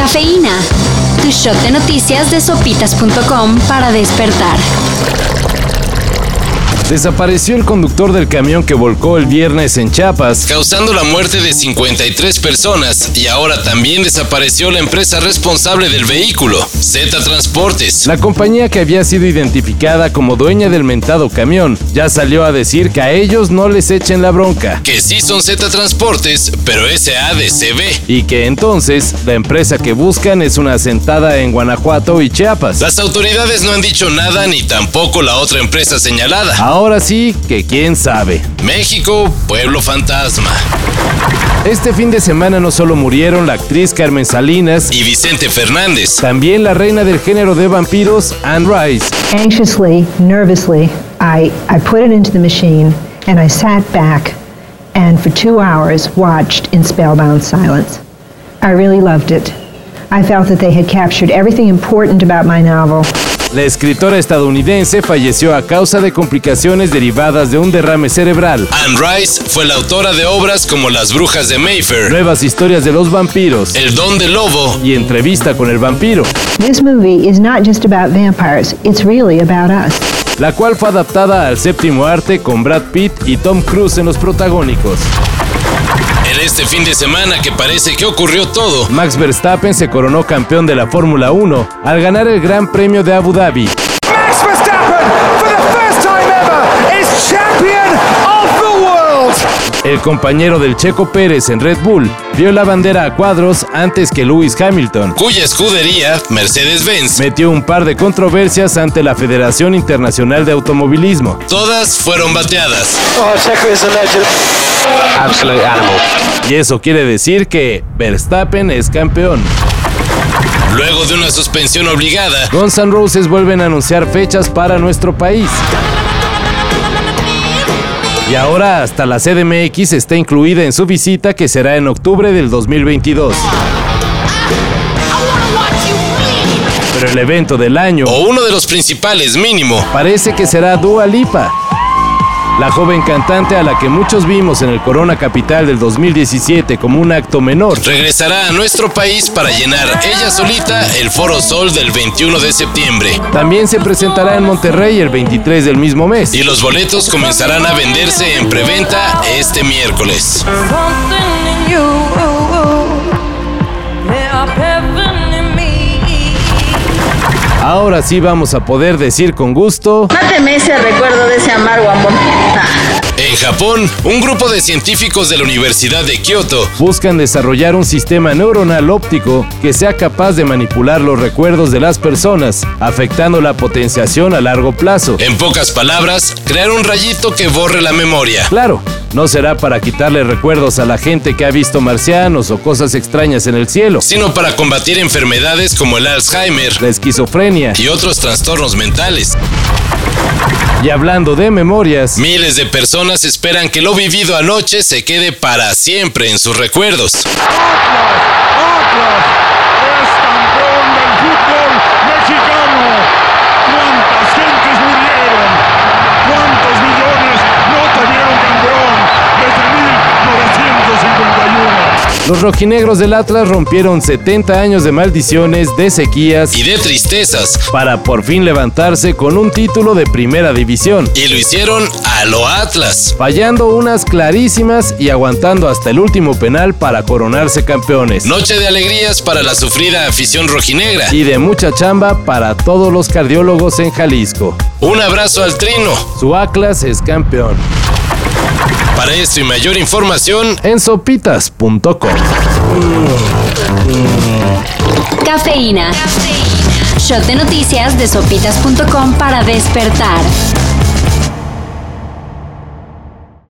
Cafeína, tu shot de noticias de sopitas.com para despertar. Desapareció el conductor del camión que volcó el viernes en Chiapas, causando la muerte de 53 personas, y ahora también desapareció la empresa responsable del vehículo, Z Transportes. La compañía que había sido identificada como dueña del mentado camión ya salió a decir que a ellos no les echen la bronca, que sí son Z Transportes, pero SADCB, y que entonces la empresa que buscan es una asentada en Guanajuato y Chiapas. Las autoridades no han dicho nada ni tampoco la otra empresa señalada. Ahora sí que quién sabe. México, pueblo fantasma. Este fin de semana no solo murieron la actriz Carmen Salinas y Vicente Fernández, también la reina del género de vampiros, Anne Rice. Anxiously, nervously, I put it into the machine and I sat back and for 2 hours watched in spellbound silence. I really loved it. I felt that they had captured everything important about my novel. La escritora estadounidense falleció a causa de complicaciones derivadas de un derrame cerebral. Anne Rice fue la autora de obras como Las Brujas de Mayfair, Nuevas historias de los vampiros, El Don del Lobo y Entrevista con el vampiro. This movie is not just about vampires, it's really about us. La cual fue adaptada al séptimo arte con Brad Pitt y Tom Cruise en los protagónicos. En este fin de semana que parece que ocurrió todo, Max Verstappen se coronó campeón de la Fórmula 1 al ganar el Gran Premio de Abu Dhabi. Max Verstappen, for the first time ever, is champion of the world. El compañero del Checo Pérez en Red Bull vio la bandera a cuadros antes que Lewis Hamilton, cuya escudería, Mercedes-Benz, metió un par de controversias ante la Federación Internacional de Automovilismo. Todas fueron bateadas. Oh, Checo is a legend. Absolute animal. Y eso quiere decir que Verstappen es campeón. Luego de una suspensión obligada, Guns N' Roses vuelven a anunciar fechas para nuestro país. Y ahora hasta la CDMX está incluida en su visita, que será en octubre del 2022. Pero el evento del año, o uno de los principales mínimo, parece que será Dua Lipa, la joven cantante a la que muchos vimos en el Corona Capital del 2017 como un acto menor. Regresará a nuestro país para llenar ella solita el Foro Sol del 21 de septiembre. También se presentará en Monterrey el 23 del mismo mes. Y los boletos comenzarán a venderse en preventa este miércoles. Ahora sí vamos a poder decir con gusto: máteme ese recuerdo de ese amargo amor. En Japón, un grupo de científicos de la Universidad de Kioto buscan desarrollar un sistema neuronal óptico que sea capaz de manipular los recuerdos de las personas, afectando la potenciación a largo plazo. En pocas palabras, crear un rayito que borre la memoria. Claro, no será para quitarle recuerdos a la gente que ha visto marcianos o cosas extrañas en el cielo, sino para combatir enfermedades como el Alzheimer, la esquizofrenia y otros trastornos mentales. Y hablando de memorias, miles de personas esperan que lo vivido anoche se quede para siempre en sus recuerdos. ¡Atlas! ¡Es campeón del fútbol mexicano! ¿Cuántas gentes murieron? ¿Cuántos millones no tuvieron campeón desde 1951? Los rojinegros del Atlas rompieron 70 años de maldiciones, de sequías y de tristezas para por fin levantarse con un título de primera división. Y lo hicieron a lo Atlas, fallando unas clarísimas y aguantando hasta el último penal para coronarse campeones. Noche de alegrías para la sufrida afición rojinegra y de mucha chamba para todos los cardiólogos en Jalisco. Un abrazo al Trino. Su Atlas es campeón. Para esto y mayor información en sopitas.com. Cafeína. Shot de noticias de sopitas.com para despertar.